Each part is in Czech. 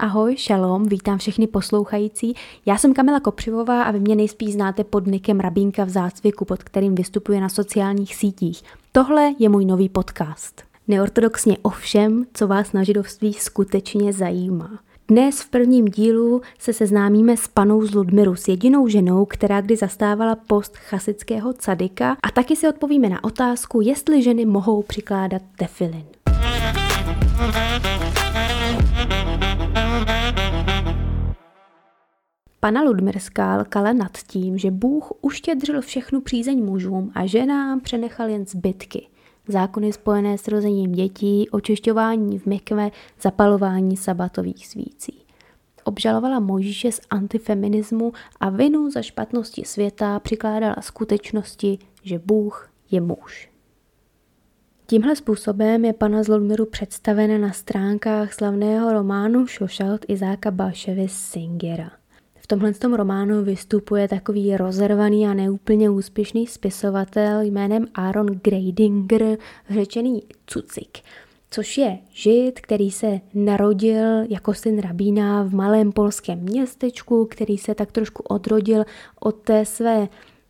Ahoj, šalom, vítám všechny poslouchající. Já jsem Kamila Kopřivová a vy mě nejspíš znáte pod nickem Rabínka v zácviku, pod kterým vystupuje na sociálních sítích. Tohle je můj nový podcast. Neortodoxně o všem, co vás na židovství skutečně zajímá. Dnes v prvním dílu se seznámíme s panou z Ludmiru, s jedinou ženou, která kdy zastávala post chasického cadika, a taky si odpovíme na otázku, jestli ženy mohou přikládat tefilin. Pana Ludmirská lkala nad tím, že Bůh uštědřil všechnu přízeň mužům a ženám přenechal jen zbytky. Zákony spojené s rozením dětí, očišťování v mikve, zapalování sabatových svící. Obžalovala Mojžíše z antifeminismu a vinu za špatnosti světa přikládala skutečnosti, že Bůh je muž. Tímhle způsobem je pana z Ludmiru představena na stránkách slavného románu Šošalt Izáka Baševy Singera. V tomhle románu vystupuje takový rozervaný a neúplně úspěšný spisovatel jménem Aaron Greidinger, řečený Cucik, což je žid, který se narodil jako syn rabína v malém polském městečku, který se tak trošku odrodil od té své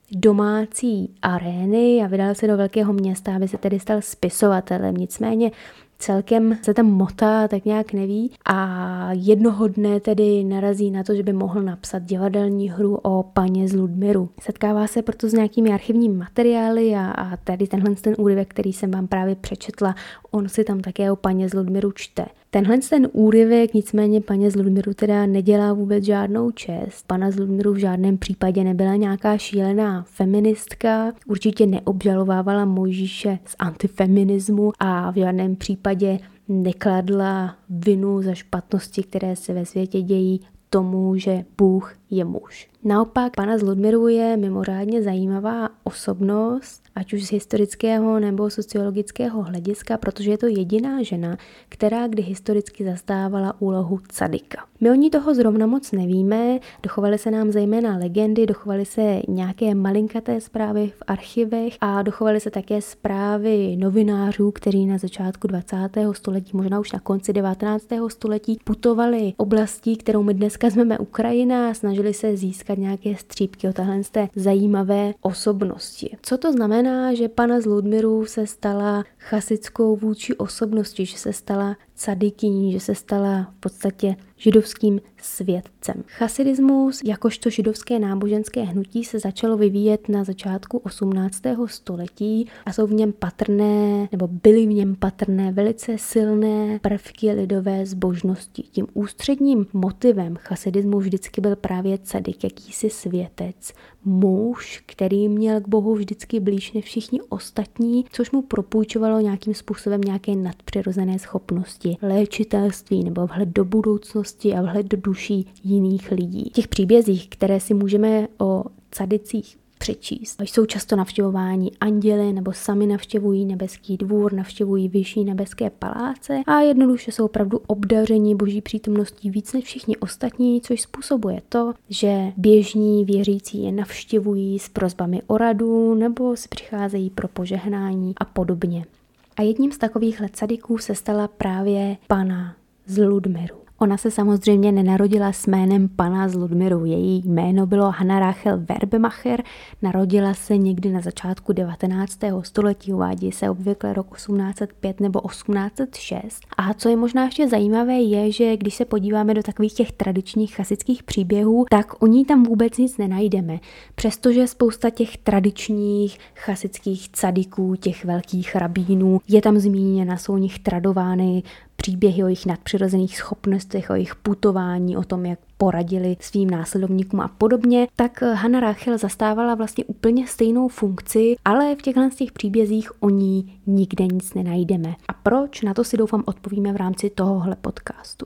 domácí arény a vydal se do velkého města, aby se tedy stal spisovatelem. Nicméně celkem se tam motá, tak nějak neví a jednoho dne tedy narazí na to, že by mohl napsat divadelní hru o paně z Ludmiru. Setkává se proto s nějakými archivními materiály a tady ten úryvek, který jsem vám právě přečetla, on si tam také o paně z Ludmiru čte. Ten úryvek nicméně paně z Ludmiru teda nedělá vůbec žádnou čest. Pana z Ludmiru v žádném případě nebyla nějaká šílená feministka, určitě neobžalovávala Mojžíše z antifeminismu a v žádném případě nekladla vinu za špatnosti, které se ve světě dějí, tomu, že Bůh je muž. Naopak, pana z Ludmiru je mimořádně zajímavá osobnost, ať už z historického nebo sociologického hlediska, protože je to jediná žena, která kdy historicky zastávala úlohu cadika. My o ní toho zrovna moc nevíme, dochovaly se nám zejména legendy, dochovaly se nějaké malinkaté zprávy v archivech a dochovaly se také zprávy novinářů, kteří na začátku 20. století, možná už na konci 19. století putovali oblastí, kterou my dneska jsme Ukrajina, a snažili se získat nějaké střípky o tahle zajímavé osobnosti. Co to znamená, že pana z Ludmiru se stala chasickou vůči osobností, že se stala cadikyní, že se stala v podstatě židovským svědcem. Chasidismus jakožto židovské náboženské hnutí se začalo vyvíjet na začátku 18. století a jsou v něm patrné, nebo byly v něm patrné velice silné prvky lidové zbožnosti. Tím ústředním motivem chasidismu vždycky byl právě cadik, jakýsi světec, muž, který měl k Bohu vždycky blíž než všichni ostatní, což mu propůjčovalo nějakým způsobem nějaké nadpřirozené schopnosti, léčitelství nebo vhled do budoucnosti a vhled do duší jiných lidí. V těch příbězích, které si můžeme o cadicích přečíst, jsou často navštěvováni anděli nebo sami navštěvují nebeský dvůr, navštěvují vyšší nebeské paláce a jednoduše jsou opravdu obdařeni boží přítomností víc než všichni ostatní, což způsobuje to, že běžní věřící je navštěvují s prosbami o radu nebo si přicházejí pro požehnání a podobně. A jedním z takových cadiků se stala právě pana z Ludmiru. Ona se samozřejmě nenarodila s jménem pana z Ludmiru. Její jméno bylo Hanna Rachel Werbemacher, narodila se někdy na začátku 19. století, uvádí se obvykle rok 1805 nebo 1806. A co je možná ještě zajímavé je, že když se podíváme do takových těch tradičních chasických příběhů, tak o ní tam vůbec nic nenajdeme. Přestože spousta těch tradičních chasických cadiků, těch velkých rabínů, je tam zmíněna, jsou o nich tradovány příběhy o jejich nadpřirozených schopnostech, o jejich putování, o tom, jak poradili svým následovníkům a podobně, tak Hanna Rachel zastávala vlastně úplně stejnou funkci, ale v těchto příbězích o ní nikde nic nenajdeme. A proč? Na to si doufám odpovíme v rámci tohohle podcastu.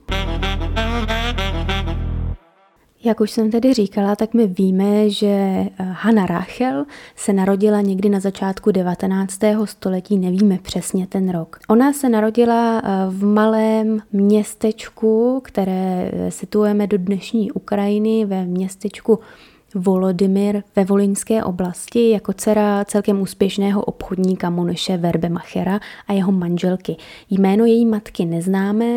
Jak už jsem tedy říkala, tak my víme, že Hanna Rachel se narodila někdy na začátku 19. století, nevíme přesně ten rok. Ona se narodila v malém městečku, které situujeme do dnešní Ukrajiny, ve městečku Volodymyr ve Volyňské oblasti jako dcera celkem úspěšného obchodníka Moniše Werbemachera a jeho manželky. Jméno její matky neznáme,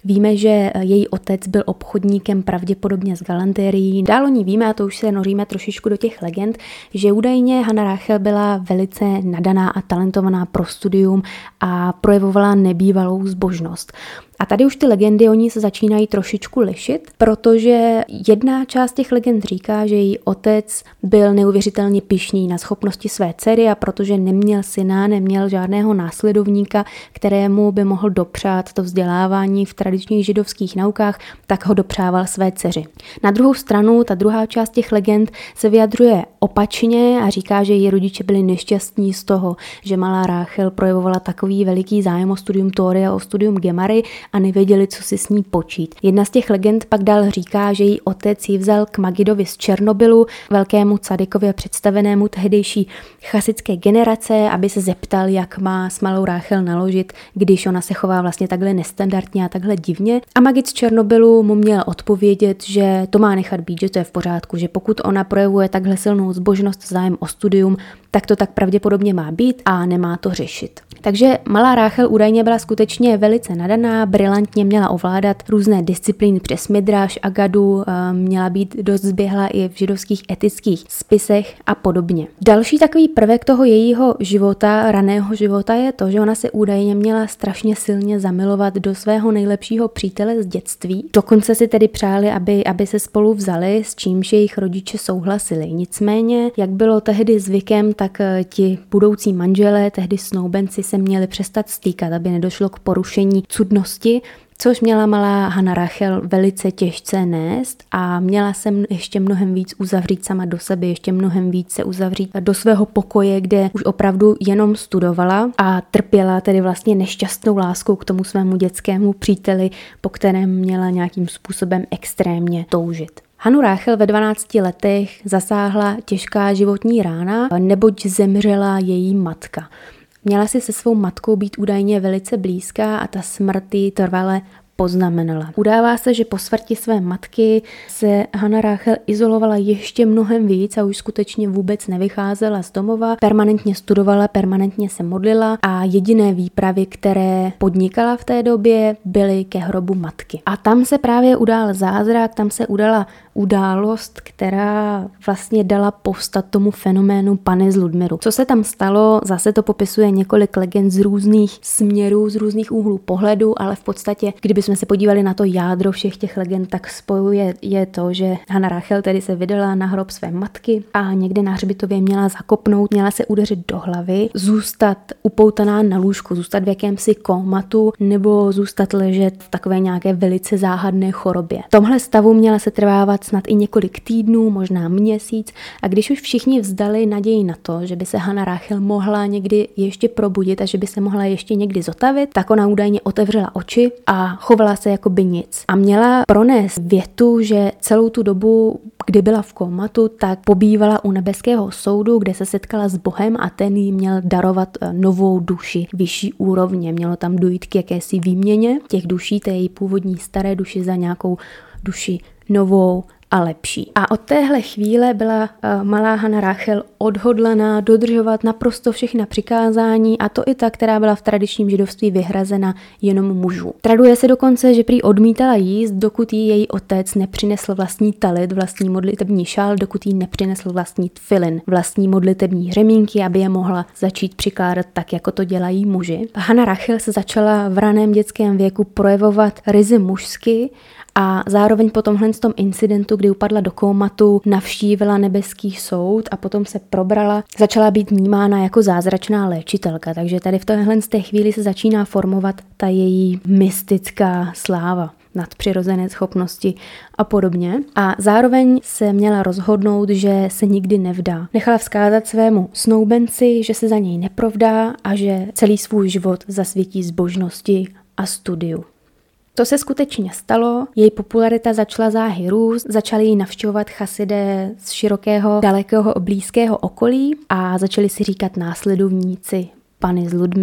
Víme, že její otec byl obchodníkem pravděpodobně z galanterií. Dál o ní víme, a to už se noříme trošičku do těch legend, že údajně Hana Rachel byla velice nadaná a talentovaná pro studium a projevovala nebývalou zbožnost. A tady už ty legendy o ní se začínají trošičku lišit, protože jedna část těch legend říká, že její otec byl neuvěřitelně pyšný na schopnosti své dcery a protože neměl syna, neměl žádného následovníka, kterému by mohl dopřát to vzdělávání v tradičních židovských naukách, tak ho dopřával své dceři. Na druhou stranu, ta druhá část těch legend se vyjadřuje opačně a říká, že její rodiče byli nešťastní z toho, že malá Ráchel projevovala takový veliký zájem o studium Tóry a o studium Gemary a nevěděli, co si s ní počít. Jedna z těch legend pak dál říká, že její otec ji vzal k Magidovi z Černobylu, velkému cadikovi a představenému tehdejší chasické generace, aby se zeptal, jak má s malou Ráchel naložit, když ona se chová vlastně takhle nestandardně a takhle divně. A Magid z Černobylu mu měl odpovědět, že to má nechat být, že to je v pořádku, že pokud ona projevuje takhle silnou zbožnost, zájem o studium, tak to tak pravděpodobně má být a nemá to řešit. Takže malá Ráchel údajně byla skutečně velice nadaná, brilantně měla ovládat různé disciplíny přes Midráš, Agadu, měla být dost zběhla i v židovských etických spisech a podobně. Další takový prvek toho jejího života, raného života je to, že ona se údajně měla strašně silně zamilovat do svého nejlepšího přítele z dětství. Dokonce si tedy přáli, aby se spolu vzali, s čímž jejich rodiče souhlasili. Nicméně, jak bylo tehdy zvykem, tak ti budoucí manželé, tehdy snoubenci, se měli přestat stýkat, aby nedošlo k porušení cudnosti, což měla malá Hana Rachel velice těžce nést a měla se ještě mnohem víc uzavřít sama do sebe, ještě mnohem víc se uzavřít do svého pokoje, kde už opravdu jenom studovala a trpěla tedy vlastně nešťastnou láskou k tomu svému dětskému příteli, po kterém měla nějakým způsobem extrémně toužit. Hanu Rachel ve 12 letech zasáhla těžká životní rána, neboť zemřela její matka. Měla si se svou matkou být údajně velice blízká a ta smrt jí trvale poznamenala. Udává se, že po smrti své matky se Hana Rachel izolovala ještě mnohem víc a už skutečně vůbec nevycházela z domova, permanentně studovala, permanentně se modlila a jediné výpravy, které podnikala v té době, byly ke hrobu matky. A tam se právě udál zázrak, tam se udala událost, která vlastně dala povstat tomu fenoménu Panny z Ludmyru. Co se tam stalo, zase to popisuje několik legend z různých směrů, z různých úhlů pohledu, ale v podstatě, kdybychom se podívali na to jádro všech těch legend, tak spojuje je to, že Hana Rachel tedy se vydala na hrob své matky a někde na hřbitově měla zakopnout, měla se udeřit do hlavy, zůstat upoutaná na lůžku, zůstat v jakémsi kómatu nebo zůstat ležet v takové nějaké velice záhadné chorobě. V tomhle stavu měla se trvávat snad i několik týdnů, možná měsíc, a když už všichni vzdali naději na to, že by se Hana Rachel mohla někdy ještě probudit a že by se mohla ještě někdy zotavit, tak ona údajně otevřela oči a chovala se jako by nic. A měla pronést větu, že celou tu dobu, kdy byla v kómatu, tak pobývala u nebeského soudu, kde se setkala s Bohem a ten jí měl darovat novou duši vyšší úrovně. Mělo tam dojít k jakési výměně těch duší, té její původní staré duši za nějakou duši novou a lepší. A od téhle chvíle byla malá Hana Rachel odhodlaná dodržovat naprosto všechna přikázání, a to i ta, která byla v tradičním židovství vyhrazena jenom mužů. Traduje se dokonce, že prý odmítala jíst, dokud jí její otec nepřinesl vlastní talit, vlastní modlitební šál, dokud jí nepřinesl vlastní tfilin, vlastní modlitební hřemínky, aby je mohla začít přikládat tak, jako to dělají muži. Hana Rachel se začala v raném dětském věku projevovat ryzy mužsky a zároveň po tomhle incidentu, kdy upadla do kómatu, navštívila nebeský soud a potom se probrala, začala být vnímána jako zázračná léčitelka. Takže tady v téhle chvíli se začíná formovat ta její mystická sláva, nadpřirozené schopnosti a podobně. A zároveň se měla rozhodnout, že se nikdy nevdá. Nechala vzkázat svému snoubenci, že se za něj neprovdá a že celý svůj život zasvětí zbožnosti a studiu. To se skutečně stalo, její popularita začala záhy růst, začali ji navštěvovat chasidé z širokého, dalekého, blízkého okolí a začali si říkat následovníci Panny z Ludmyru.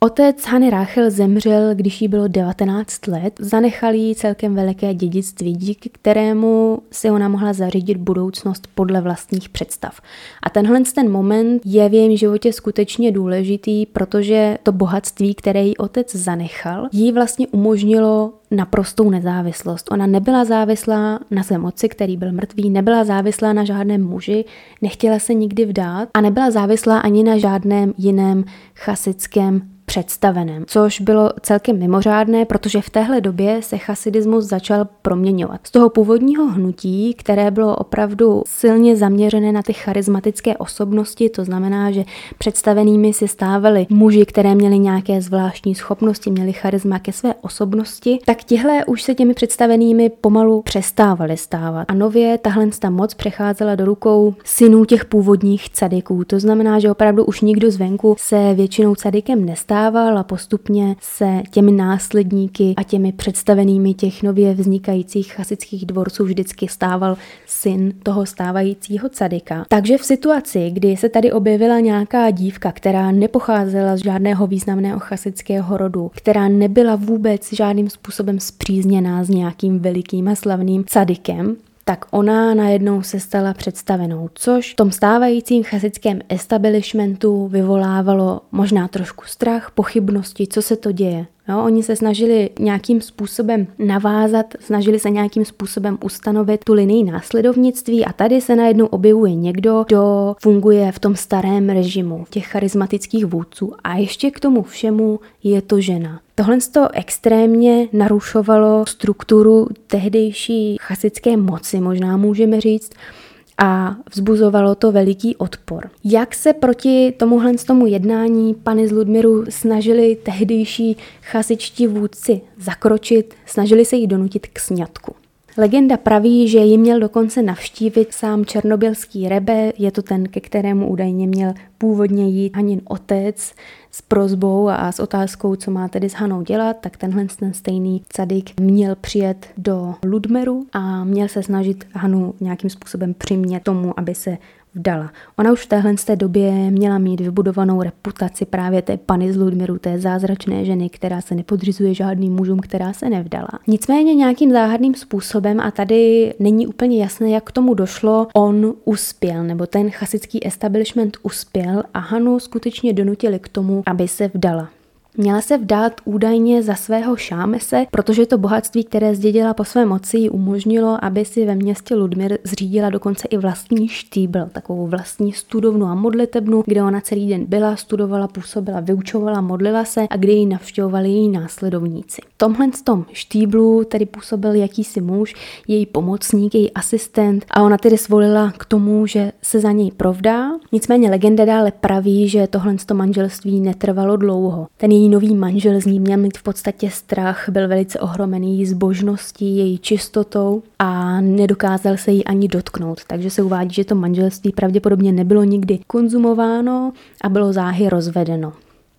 Otec Hany Ráchel zemřel, když jí bylo 19 let. Zanechal jí celkem veliké dědictví, díky kterému si ona mohla zařídit budoucnost podle vlastních představ. A tenhle ten moment je v jejím životě skutečně důležitý, protože to bohatství, které jí otec zanechal, jí vlastně umožnilo naprostou nezávislost. Ona nebyla závislá na svém otci, který byl mrtvý, nebyla závislá na žádném muži, nechtěla se nikdy vdát a nebyla závislá ani na žádném jiném chasickém představeném, což bylo celkem mimořádné, protože v téhle době se chasidismus začal proměňovat. Z toho původního hnutí, které bylo opravdu silně zaměřené na ty charismatické osobnosti, to znamená, že představenými se stávali muži, které měli nějaké zvláštní schopnosti, měli charisma ke své osobnosti, tak tihle už se těmi představenými pomalu přestávali stávat. A nově tahle moc přecházela do rukou synů těch původních cadiků. To znamená, že opravdu už nikdo zvenku se většinou cadikem nestával a postupně se těmi následníky a těmi představenými těch nově vznikajících chasických dvorců vždycky stával syn toho stávajícího cadika. Takže v situaci, kdy se tady objevila nějaká dívka, která nepocházela z žádného významného chasického rodu, která nebyla vůbec žádným způsobem spřízněná s nějakým velikým a slavným cadikem, tak ona najednou se stala představenou, což v tom stávajícím chasickém establishmentu vyvolávalo možná trošku strach, pochybnosti, co se to děje. Jo, oni se snažili nějakým způsobem navázat, snažili se nějakým způsobem ustanovit tu linii následovnictví a tady se najednou objevuje někdo, kdo funguje v tom starém režimu těch charismatických vůdců a ještě k tomu všemu je to žena. Tohle extrémně narušovalo strukturu tehdejší chasické moci, možná můžeme říct, a vzbuzovalo to veliký odpor. Jak se proti tomu jednání Panny z Ludmíru snažili tehdejší chasičtí vůdci zakročit, snažili se jí donutit k sňatku. Legenda praví, že ji měl dokonce navštívit sám černobylský Rebe, je to ten, ke kterému údajně měl původně jít Hanin otec s prosbou a s otázkou, co má tedy s Hanou dělat, tak ten stejný cadik měl přijet do Ludmeru a měl se snažit Hanu nějakým způsobem přimět tomu, aby se vdala. Ona už v téhle době měla mít vybudovanou reputaci právě té Panny z Ludmíru, té zázračné ženy, která se nepodřizuje žádným mužům, která se nevdala. Nicméně nějakým záhadným způsobem, a tady není úplně jasné, jak k tomu došlo, on uspěl, nebo ten chasický establishment uspěl a Hanu skutečně donutili k tomu, aby se vdala. Měla se vdát údajně za svého šámese, protože to bohatství, které zdědila po své moci, jí umožnilo, aby si ve městě Ludmír zřídila dokonce i vlastní štýbl, takovou vlastní studovnu a modlitebnu, kde ona celý den byla, studovala, působila, vyučovala, modlila se a kde ji navštěvovali její následovníci. V tomhle štýblu tedy působil jakýsi muž, její pomocník, její asistent a ona tedy svolila k tomu, že se za něj provdá. Nicméně legenda dále praví, že tohle manželství netrvalo dlouho. Ten její nový manžel z ní měl mít v podstatě strach, byl velice ohromený její zbožností, její čistotou a nedokázal se jí ani dotknout. Takže se uvádí, že to manželství pravděpodobně nebylo nikdy konzumováno a bylo záhy rozvedeno.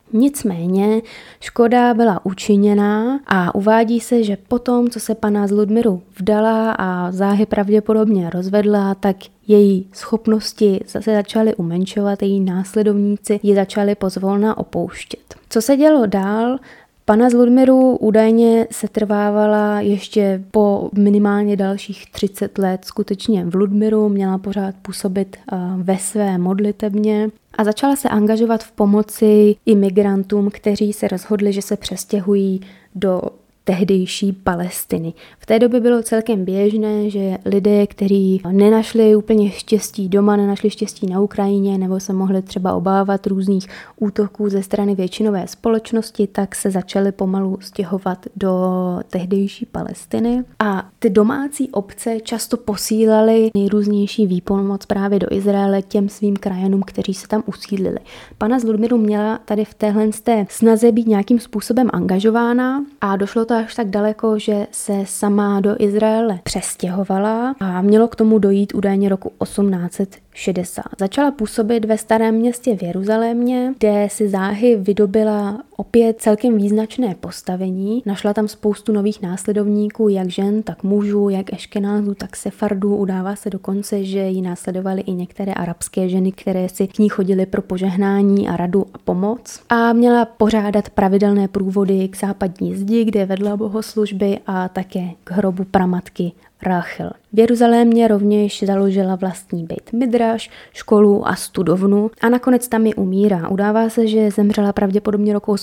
Nicméně škoda byla učiněná a uvádí se, že potom, co se Panna z Ludmíru vdala a záhy pravděpodobně rozvedla, tak její schopnosti zase začaly umenšovat, její následovníci ji začali pozvolna opouštět. Co se dělo dál? Panna z Ludmíru údajně se trvávala ještě po minimálně dalších 30 let skutečně v Ludmíru, měla pořád působit ve své modlitebně a začala se angažovat v pomoci imigrantům, kteří se rozhodli, že se přestěhují do tehdejší Palestiny. V té době bylo celkem běžné, že lidé, kteří nenašli úplně štěstí doma, nenašli štěstí na Ukrajině nebo se mohli třeba obávat různých útoků ze strany většinové společnosti, tak se začaly pomalu stěhovat do tehdejší Palestiny. A ty domácí obce často posílaly nejrůznější výpomoc právě do Izraele těm svým krajanům, kteří se tam usídlili. Panna z Ludmíru měla tady v téhle snaze být nějakým způsobem angažována a došlo to až tak daleko, že se sama do Izraele přestěhovala a mělo k tomu dojít údajně roku 1860. 60. Začala působit ve Starém Městě v Jeruzalémě, kde si záhy vydobila opět celkem význačné postavení. Našla tam spoustu nových následovníků, jak žen, tak mužů, jak Eškenázů, tak Sefardů. Udává se dokonce, že ji následovaly i některé arabské ženy, které si k ní chodily pro požehnání a radu a pomoc. A měla pořádat pravidelné průvody k západní zdi, kde vedla bohoslužby, a také k hrobu pramatky Ráchel. V Jeruzalémě rovněž založila vlastní bejt Midraš, školu a studovnu a nakonec tam i umírá. Udává se, že zemřela pravděpodobně roku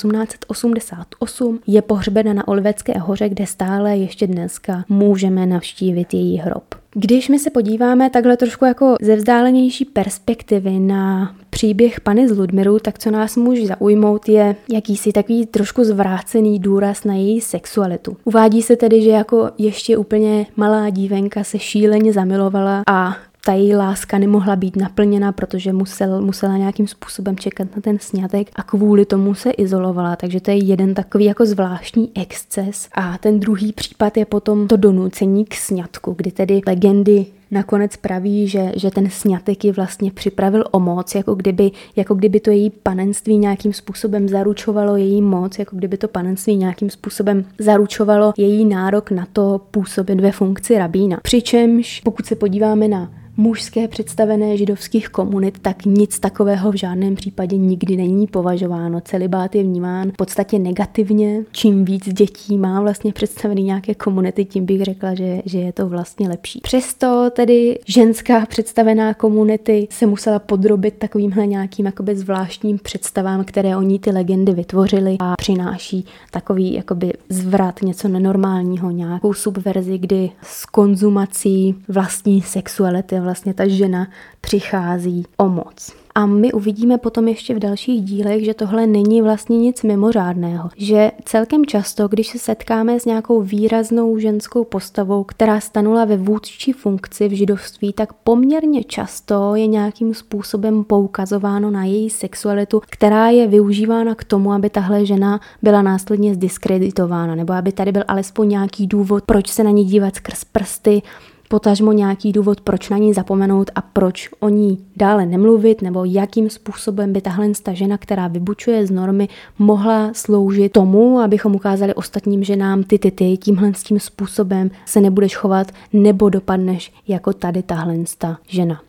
1888. Je pohřbena na Olivecké hoře, kde stále ještě dneska můžeme navštívit její hrob. Když my se podíváme takhle trošku jako ze vzdálenější perspektivy na příběh Panny z Ludmiru, tak co nás může zaujmout je jakýsi takový trošku zvrácený důraz na její sexualitu. Uvádí se tedy, že jako ještě úplně malá dívenka se šíleně zamilovala a ta její láska nemohla být naplněna, protože musela nějakým způsobem čekat na ten sňatek a kvůli tomu se izolovala, takže to je jeden takový jako zvláštní exces. A ten druhý případ je potom to donucení k sňatku, kdy tedy legendy nakonec praví, že ten sňatek ji vlastně připravil o moc, jako kdyby to její panenství nějakým způsobem zaručovalo její moc, jako kdyby to panenství nějakým způsobem zaručovalo její nárok na to působit ve funkci rabína. Přičemž, pokud se podíváme na mužské představené židovských komunit, tak nic takového v žádném případě nikdy není považováno. Celibát je vnímán v podstatě negativně. Čím víc dětí má vlastně představený nějaké komunity, tím bych řekla, že je to vlastně lepší. Přesto tedy ženská představená komunity se musela podrobit takovýmhle nějakým jakoby zvláštním představám, které oni ty legendy vytvořily a přináší takový jakoby zvrat, něco nenormálního, nějakou subverzi, kdy s konzumací vlastní sexuality vlastně ta žena přichází o moc. A my uvidíme potom ještě v dalších dílech, že tohle není vlastně nic mimořádného. Že celkem často, když se setkáme s nějakou výraznou ženskou postavou, která stanula ve vůdčí funkci v židovství, tak poměrně často je nějakým způsobem poukazováno na její sexualitu, která je využívána k tomu, aby tahle žena byla následně zdiskreditována, nebo aby tady byl alespoň nějaký důvod, proč se na ní dívat skrz prsty, potažmo nějaký důvod, proč na ní zapomenout a proč o ní dále nemluvit, nebo jakým způsobem by tahle žena, která vybučuje z normy, mohla sloužit tomu, abychom ukázali ostatním ženám ty, tímhle s tím způsobem se nebudeš chovat, nebo dopadneš jako tady tahle žena.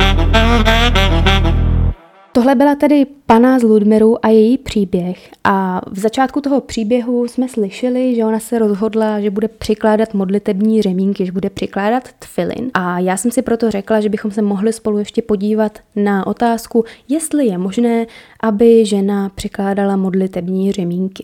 Tohle byla tedy Panna z Ludmiru a její příběh a v začátku toho příběhu jsme slyšeli, že ona se rozhodla, že bude přikládat modlitební řemínky, že bude přikládat tfilin a já jsem si proto řekla, že bychom se mohli spolu ještě podívat na otázku, jestli je možné, aby žena přikládala modlitební řemínky.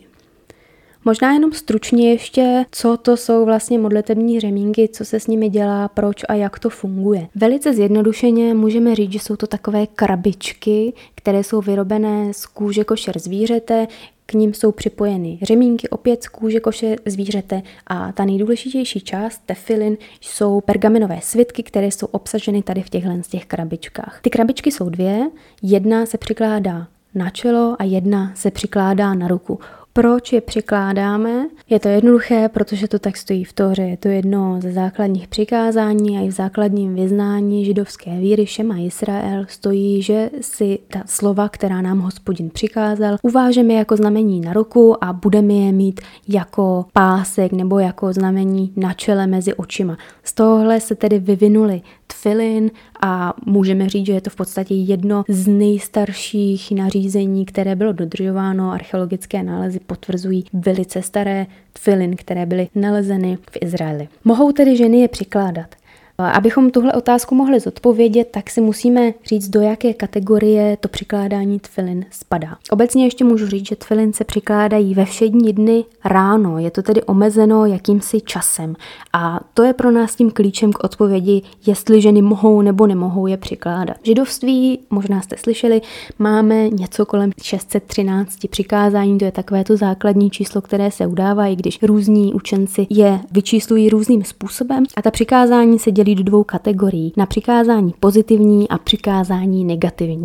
Možná jenom stručně ještě, co to jsou vlastně modlitební řemínky, co se s nimi dělá, proč a jak to funguje. Velice zjednodušeně můžeme říct, že jsou to takové krabičky, které jsou vyrobené z kůže košer zvířete, k ním jsou připojeny řemínky opět z kůže koše zvířete a ta nejdůležitější část, tefilin, jsou pergaminové svitky, které jsou obsaženy tady v těch krabičkách. Ty krabičky jsou dvě, jedna se přikládá na čelo a jedna se přikládá na ruku. Proč je přikládáme? Je to jednoduché, protože to tak stojí v Tóře. Je to jedno ze základních přikázání a i v základním vyznání židovské víry Šema Israel stojí, že si ta slova, která nám Hospodin přikázal, uvážeme jako znamení na ruku a budeme je mít jako pásek nebo jako znamení na čele mezi očima. Z tohohle se tedy vyvinuly tfilin a můžeme říct, že je to v podstatě jedno z nejstarších nařízení, které bylo dodržováno. Archeologické nálezy potvrzují velice staré tfilin, které byly nalezeny v Izraeli. Mohou tedy ženy je přikládat? Abychom tuhle otázku mohli zodpovědět, tak si musíme říct, do jaké kategorie to přikládání tfilin spadá. Obecně ještě můžu říct, že tfilin se přikládají ve všední dny ráno, je to tedy omezeno jakýmsi časem a to je pro nás tím klíčem k odpovědi, jestli ženy mohou nebo nemohou je přikládat. V židovství, možná jste slyšeli, máme něco kolem 613 přikázání, to je takové to základní číslo, které se udává, i když různí učenci je vyčíslují různým způsobem a ta přikázání se dělí do dvou kategorií, na přikázání pozitivní a přikázání negativní.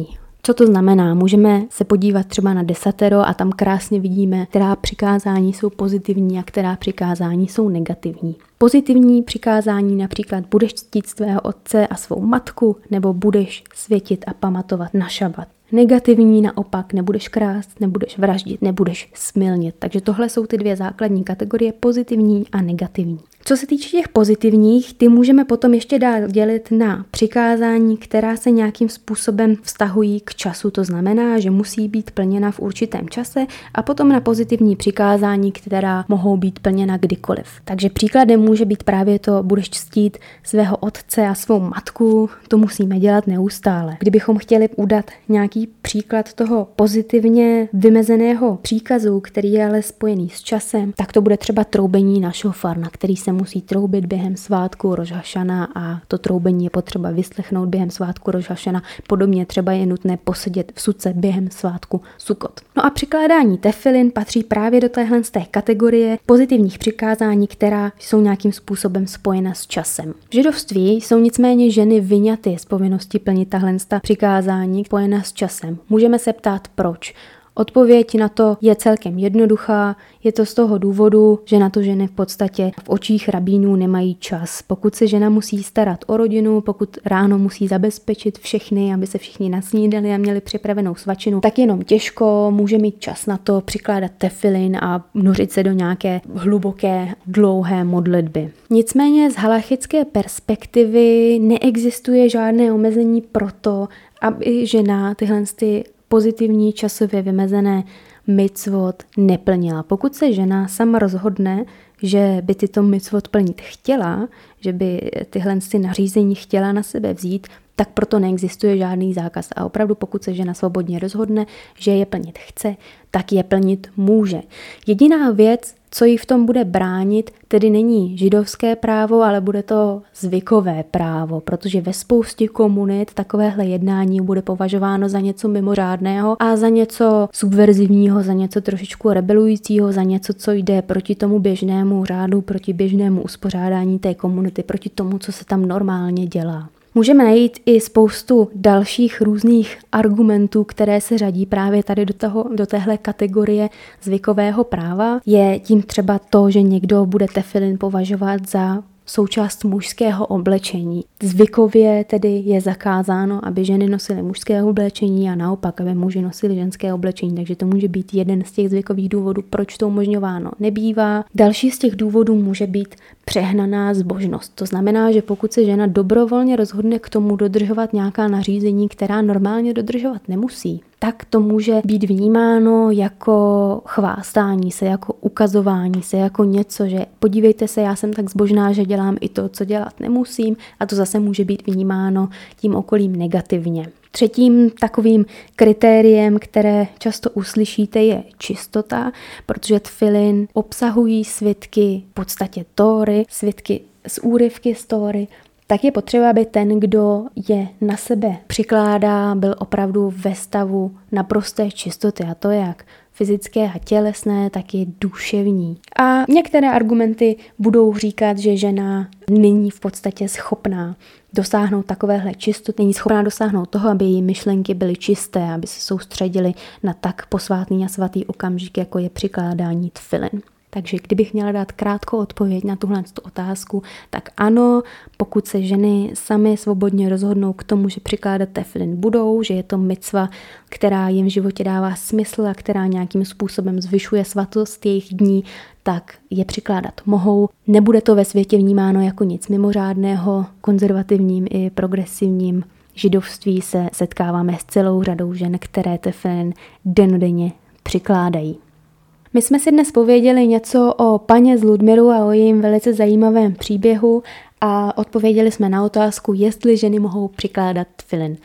Co to znamená? Můžeme se podívat třeba na desatero a tam krásně vidíme, která přikázání jsou pozitivní a která přikázání jsou negativní. Pozitivní přikázání například budeš ctít svého otce a svou matku, nebo budeš světit a pamatovat na šabat. Negativní naopak, nebudeš krást, nebudeš vraždit, nebudeš smilnit. Takže tohle jsou ty dvě základní kategorie, pozitivní a negativní. Co se týče těch pozitivních, ty můžeme potom ještě dál dělit na přikázání, která se nějakým způsobem vztahují k času. To znamená, že musí být plněna v určitém čase, a potom na pozitivní přikázání, která mohou být plněna kdykoliv. Takže příkladem může být právě to, budeš ctít svého otce a svou matku, to musíme dělat neustále. Kdybychom chtěli udat nějaký příklad toho pozitivně vymezeného příkazu, který je ale spojený s časem, tak to bude třeba troubení na šofar, na který se musí troubit během svátku Roš hašana, a to troubení je potřeba vyslechnout během svátku Roš hašana. Podobně třeba je nutné posedět v suce během svátku Sukot. No a přikládání tefilin patří právě do téhle z té kategorie pozitivních přikázání, která jsou nějakým způsobem spojena s časem. V židovství jsou nicméně ženy vyňaty z povinnosti plnit tahle přikázání spojena s časem. Můžeme se ptát, proč. Odpověď na to je celkem jednoduchá, je to z toho důvodu, že na to ženy v podstatě v očích rabínů nemají čas. Pokud se žena musí starat o rodinu, pokud ráno musí zabezpečit všechny, aby se všichni nasnídali a měli připravenou svačinu, tak jenom těžko může mít čas na to přikládat tefilin a nořit se do nějaké hluboké, dlouhé modlitby. Nicméně z halachické perspektivy neexistuje žádné omezení pro to, aby žena tyhle pozitivní časově vymezené micvot neplnila. Pokud se žena sama rozhodne, že by tyto micvot plnit chtěla, že by tyhle nařízení chtěla na sebe vzít, tak proto neexistuje žádný zákaz. A opravdu pokud se žena svobodně rozhodne, že je plnit chce, tak je plnit může. Jediná věc, co jí v tom bude bránit, tedy není židovské právo, ale bude to zvykové právo, protože ve spoustě komunit takovéhle jednání bude považováno za něco mimořádného a za něco subverzivního, za něco trošičku rebelujícího, za něco, co jde proti tomu běžnému řádu, proti běžnému uspořádání té komunity, proti tomu, co se tam normálně dělá. Můžeme najít i spoustu dalších různých argumentů, které se řadí právě tady do téhle kategorie zvykového práva. Je tím třeba to, že někdo bude tefilin považovat za součást mužského oblečení. Zvykově tedy je zakázáno, aby ženy nosily mužské oblečení a naopak, aby muži nosili ženské oblečení, takže to může být jeden z těch zvykových důvodů, proč to umožňováno nebývá. Další z těch důvodů může být přehnaná zbožnost. To znamená, že pokud se žena dobrovolně rozhodne k tomu dodržovat nějaká nařízení, která normálně dodržovat nemusí, tak to může být vnímáno jako chvástání se, jako ukazování se, jako něco, že podívejte se, já jsem tak zbožná, že dělám i to, co dělat nemusím, a to zase může být vnímáno tím okolím negativně. Třetím takovým kritériem, které často uslyšíte, je čistota, protože tefilin obsahují svitky v podstatě Tóry, svitky z úryvky z Tóry, tak je potřeba, aby ten, kdo je na sebe přikládá, byl opravdu ve stavu naprosté čistoty, a to jak fyzické a tělesné, tak i duševní. A některé argumenty budou říkat, že žena není v podstatě schopná dosáhnout takovéhle čistoty, není schopná dosáhnout toho, aby její myšlenky byly čisté, aby se soustředily na tak posvátný a svatý okamžik, jako je přikládání tefilin. Takže kdybych měla dát krátkou odpověď na tuhle otázku, tak ano, pokud se ženy samy svobodně rozhodnou k tomu, že přikládat tefilin budou, že je to micva, která jim v životě dává smysl a která nějakým způsobem zvyšuje svatost jejich dní, tak je přikládat mohou. Nebude to ve světě vnímáno jako nic mimořádného, konzervativním i progresivním židovství se setkáváme s celou řadou žen, které tefilin dennodenně přikládají. My jsme si dnes pověděli něco o paně z Ludmilu a o jejím velice zajímavém příběhu a odpověděli jsme na otázku, jestli ženy mohou přikládat tefilin.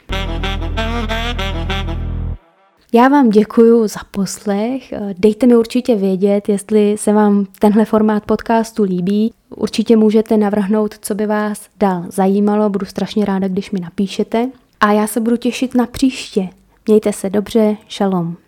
Já vám děkuju za poslech, dejte mi určitě vědět, jestli se vám tenhle formát podcastu líbí. Určitě můžete navrhnout, co by vás dál zajímalo, budu strašně ráda, když mi napíšete. A já se budu těšit na příště. Mějte se dobře, šalom.